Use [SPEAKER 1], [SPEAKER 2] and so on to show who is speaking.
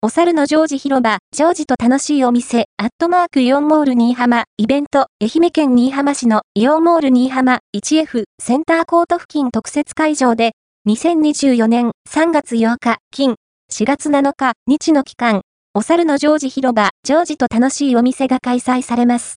[SPEAKER 1] お猿のジョージ広場、ジョージと楽しいお店、イオンモール新居浜、イベント、愛媛県新居浜市のイオンモール新居浜 1F センターコート付近特設会場で、2024年3月8日、金、4月7日、日の期間、お猿のジョージ広場、ジョージと楽しいお店が開催されます。